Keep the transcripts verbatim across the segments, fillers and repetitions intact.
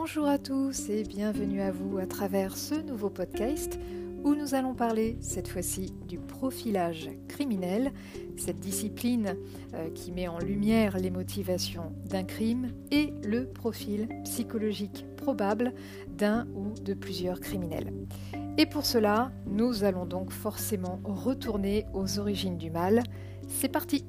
Bonjour à tous et bienvenue à vous à travers ce nouveau podcast où nous allons parler cette fois-ci du profilage criminel, cette discipline euh, qui met en lumière les motivations d'un crime et le profil psychologique probable d'un ou de plusieurs criminels. Et pour cela, nous allons donc forcément retourner aux origines du mal. C'est parti!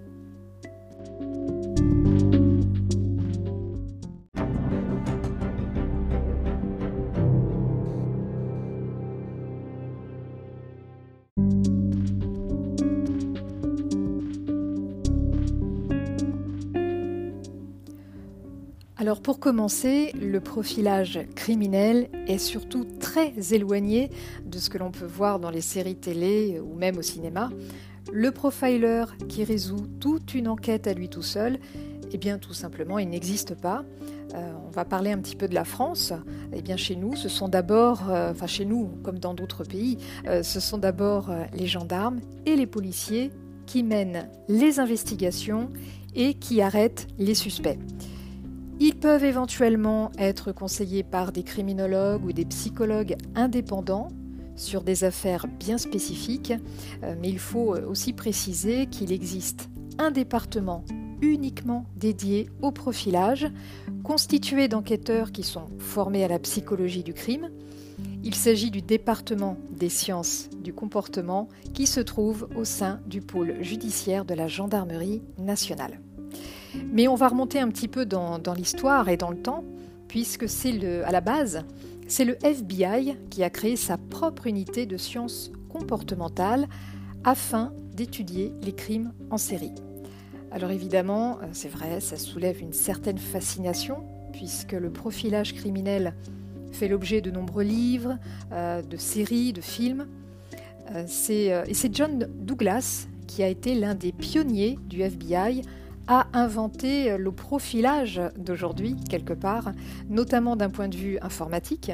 Alors pour commencer, le profilage criminel est surtout très éloigné de ce que l'on peut voir dans les séries télé ou même au cinéma. Le profiler qui résout toute une enquête à lui tout seul, eh bien tout simplement il n'existe pas. Euh, on va parler un petit peu de la France. Eh bien chez nous, ce sont d'abord, euh, enfin chez nous comme dans d'autres pays, euh, ce sont d'abord euh, les gendarmes et les policiers qui mènent les investigations et qui arrêtent les suspects. Ils peuvent éventuellement être conseillés par des criminologues ou des psychologues indépendants sur des affaires bien spécifiques, mais il faut aussi préciser qu'il existe un département uniquement dédié au profilage, constitué d'enquêteurs qui sont formés à la psychologie du crime. Il s'agit du département des sciences du comportement qui se trouve au sein du pôle judiciaire de la gendarmerie nationale. Mais on va remonter un petit peu dans, dans l'histoire et dans le temps, puisque c'est le, à la base, c'est le F B I qui a créé sa propre unité de sciences comportementales afin d'étudier les crimes en série. Alors évidemment, c'est vrai, ça soulève une certaine fascination, puisque le profilage criminel fait l'objet de nombreux livres, euh, de séries, de films. Euh, c'est, euh, et c'est John Douglas qui a été l'un des pionniers du F B I a inventé le profilage d'aujourd'hui, quelque part, notamment d'un point de vue informatique.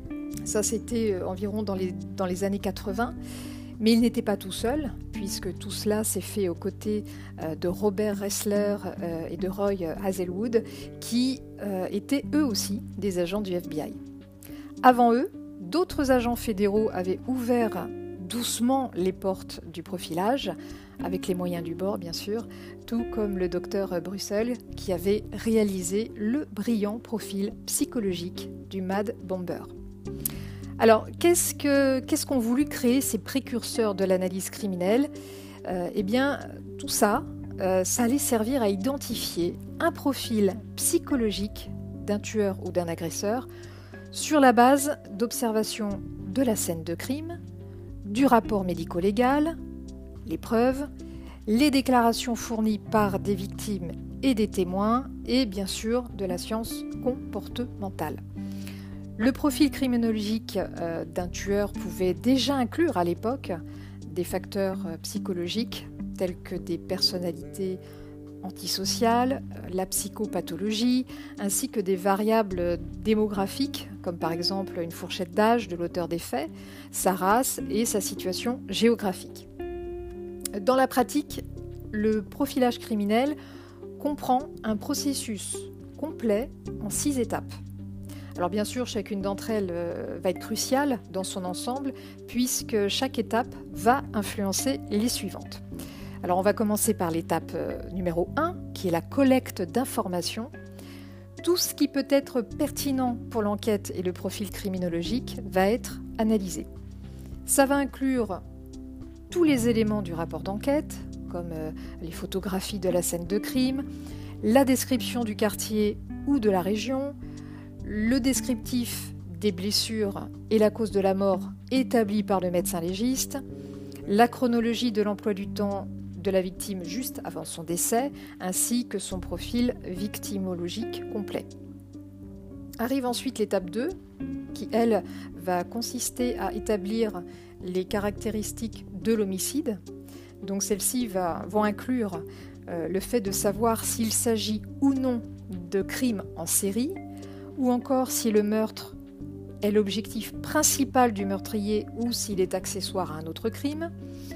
Ça, c'était environ dans les, dans les années quatre-vingts, mais il n'était pas tout seul, puisque tout cela s'est fait aux côtés de Robert Ressler et de Roy Hazelwood, qui étaient eux aussi des agents du F B I. Avant eux, d'autres agents fédéraux avaient ouvert doucement les portes du profilage, avec les moyens du bord bien sûr, tout comme le docteur Brussel qui avait réalisé le brillant profil psychologique du Mad Bomber. Alors, qu'est-ce, que, qu'est-ce qu'ont voulu créer ces précurseurs de l'analyse criminelle ? euh, Eh bien, tout ça, euh, ça allait servir à identifier un profil psychologique d'un tueur ou d'un agresseur sur la base d'observations de la scène de crime, du rapport médico-légal, les preuves, les déclarations fournies par des victimes et des témoins, et bien sûr de la science comportementale. Le profil criminologique euh, d'un tueur pouvait déjà inclure à l'époque des facteurs euh, psychologiques tels que des personnalités antisociales, euh, la psychopathologie, ainsi que des variables démographiques, comme par exemple une fourchette d'âge de l'auteur des faits, sa race et sa situation géographique. Dans la pratique, le profilage criminel comprend un processus complet en six étapes. Alors bien sûr, chacune d'entre elles va être cruciale dans son ensemble, puisque chaque étape va influencer les suivantes. Alors on va commencer par l'étape numéro un, qui est la collecte d'informations. Tout ce qui peut être pertinent pour l'enquête et le profil criminologique va être analysé. Ça va inclure tous les éléments du rapport d'enquête, comme euh, les photographies de la scène de crime, la description du quartier ou de la région, le descriptif des blessures et la cause de la mort établie par le médecin légiste, la chronologie de l'emploi du temps de la victime juste avant son décès, ainsi que son profil victimologique complet. Arrive ensuite l'étape deux, qui, elle, va consister à établir les caractéristiques de l'homicide. Donc celles-ci va, vont inclure euh, le fait de savoir s'il s'agit ou non de crimes en série, ou encore si le meurtre est l'objectif principal du meurtrier ou s'il est accessoire à un autre crime,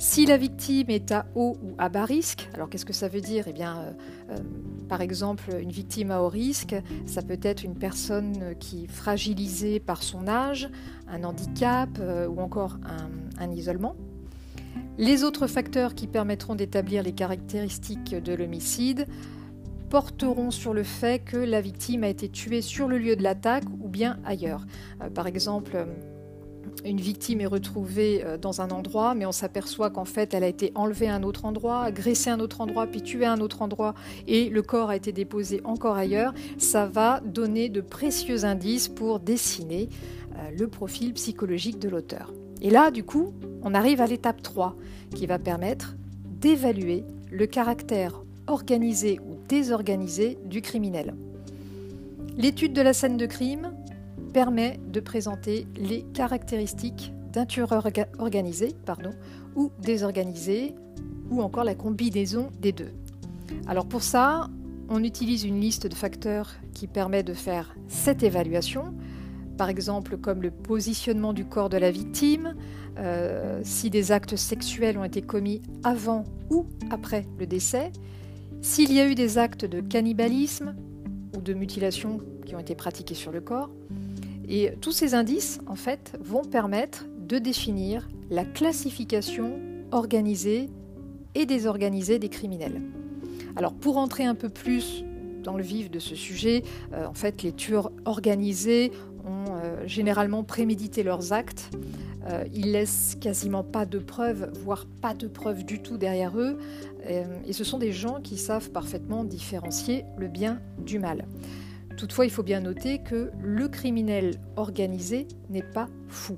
Si la victime est à haut ou à bas risque, alors qu'est-ce que ça veut dire ? Eh bien, euh, euh, par exemple, une victime à haut risque, ça peut être une personne qui est fragilisée par son âge, un handicap euh, ou encore un, un isolement. Les autres facteurs qui permettront d'établir les caractéristiques de l'homicide porteront sur le fait que la victime a été tuée sur le lieu de l'attaque ou bien ailleurs. Euh, par exemple, une victime est retrouvée dans un endroit, mais on s'aperçoit qu'en fait, elle a été enlevée à un autre endroit, agressée à un autre endroit, puis tuée à un autre endroit, et le corps a été déposé encore ailleurs. Ça va donner de précieux indices pour dessiner euh, le profil psychologique de l'auteur. Et là, du coup, on arrive à l'étape trois, qui va permettre d'évaluer le caractère organisé ou désorganisé du criminel. L'étude de la scène de crime permet de présenter les caractéristiques d'un tueur orga- organisé pardon, ou désorganisé, ou encore la combinaison des deux. Alors pour ça, on utilise une liste de facteurs qui permet de faire cette évaluation, par exemple comme le positionnement du corps de la victime, euh, si des actes sexuels ont été commis avant ou après le décès, s'il y a eu des actes de cannibalisme ou de mutilation qui ont été pratiqués sur le corps. Et tous ces indices, en fait, vont permettre de définir la classification organisée et désorganisée des criminels. Alors, pour entrer un peu plus dans le vif de ce sujet, euh, en fait, les tueurs organisés ont euh, généralement prémédité leurs actes. Euh, ils laissent quasiment pas de preuves, voire pas de preuves du tout derrière eux. Euh, et ce sont des gens qui savent parfaitement différencier le bien du mal. Toutefois, il faut bien noter que le criminel organisé n'est pas fou.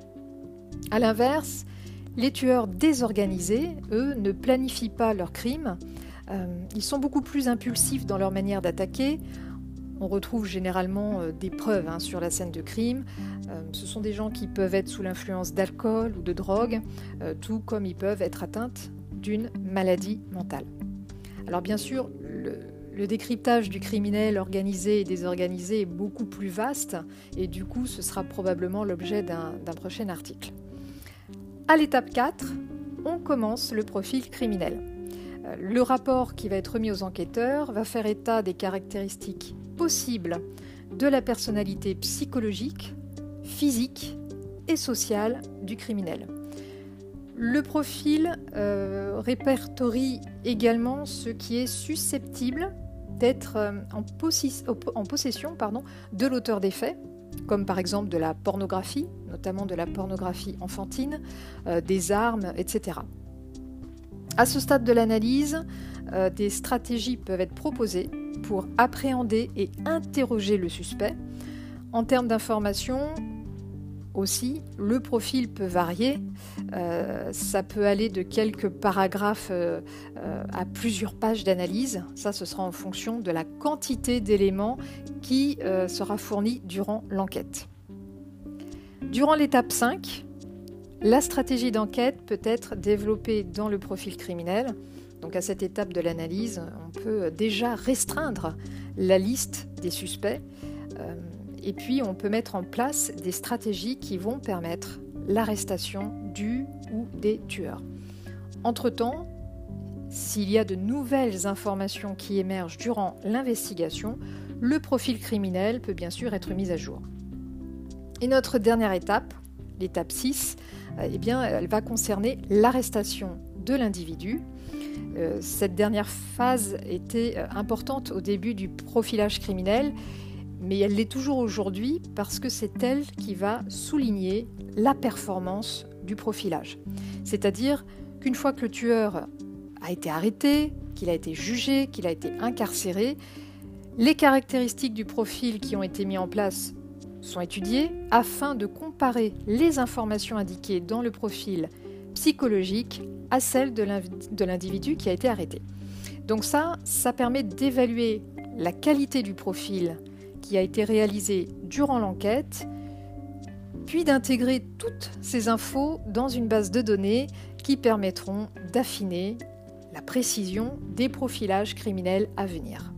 A l'inverse, les tueurs désorganisés, eux, ne planifient pas leurs crimes. Euh, ils sont beaucoup plus impulsifs dans leur manière d'attaquer. On retrouve généralement euh, des preuves hein, sur la scène de crime. Euh, ce sont des gens qui peuvent être sous l'influence d'alcool ou de drogue, euh, tout comme ils peuvent être atteints d'une maladie mentale. Alors bien sûr, le Le décryptage du criminel organisé et désorganisé est beaucoup plus vaste et du coup ce sera probablement l'objet d'un, d'un prochain article. À l'étape quatre, on commence le profil criminel. Le rapport qui va être remis aux enquêteurs va faire état des caractéristiques possibles de la personnalité psychologique, physique et sociale du criminel. Le profil euh, répertorie également ce qui est susceptible d'être euh, en, possi- en possession pardon, de l'auteur des faits, comme par exemple de la pornographie, notamment de la pornographie enfantine, euh, des armes, et cetera. À ce stade de l'analyse, euh, des stratégies peuvent être proposées pour appréhender et interroger le suspect. En termes d'information, aussi, le profil peut varier. Euh, ça peut aller de quelques paragraphes euh, euh, à plusieurs pages d'analyse. Ça, ce sera en fonction de la quantité d'éléments qui euh, sera fournie durant l'enquête. Durant l'étape cinq, la stratégie d'enquête peut être développée dans le profil criminel. Donc à cette étape de l'analyse, on peut déjà restreindre la liste des suspects. Euh, Et puis, on peut mettre en place des stratégies qui vont permettre l'arrestation du ou des tueurs. Entre-temps, s'il y a de nouvelles informations qui émergent durant l'investigation, le profil criminel peut bien sûr être mis à jour. Et notre dernière étape, l'étape six, eh bien, elle va concerner l'arrestation de l'individu. Euh, cette dernière phase était importante au début du profilage criminel, mais elle l'est toujours aujourd'hui parce que c'est elle qui va souligner la performance du profilage. C'est-à-dire qu'une fois que le tueur a été arrêté, qu'il a été jugé, qu'il a été incarcéré, les caractéristiques du profil qui ont été mis en place sont étudiées afin de comparer les informations indiquées dans le profil psychologique à celles de l'individu qui a été arrêté. Donc ça, ça permet d'évaluer la qualité du profil qui a été réalisé durant l'enquête, puis d'intégrer toutes ces infos dans une base de données qui permettront d'affiner la précision des profilages criminels à venir.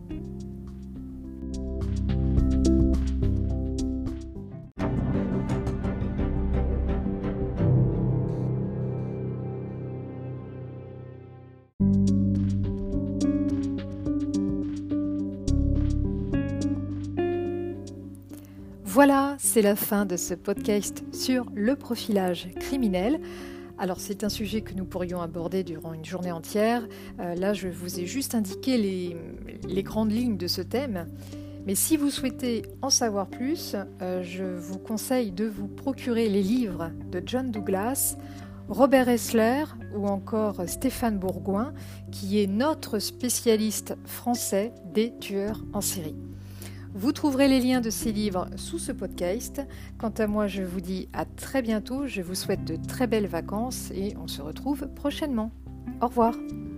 Voilà, c'est la fin de ce podcast sur le profilage criminel. Alors c'est un sujet que nous pourrions aborder durant une journée entière. Euh, là, je vous ai juste indiqué les, les grandes lignes de ce thème. Mais si vous souhaitez en savoir plus, euh, je vous conseille de vous procurer les livres de John Douglas, Robert Hessler ou encore Stéphane Bourgoin, qui est notre spécialiste français des tueurs en série. Vous trouverez les liens de ces livres sous ce podcast. Quant à moi, je vous dis à très bientôt. Je vous souhaite de très belles vacances et on se retrouve prochainement. Au revoir.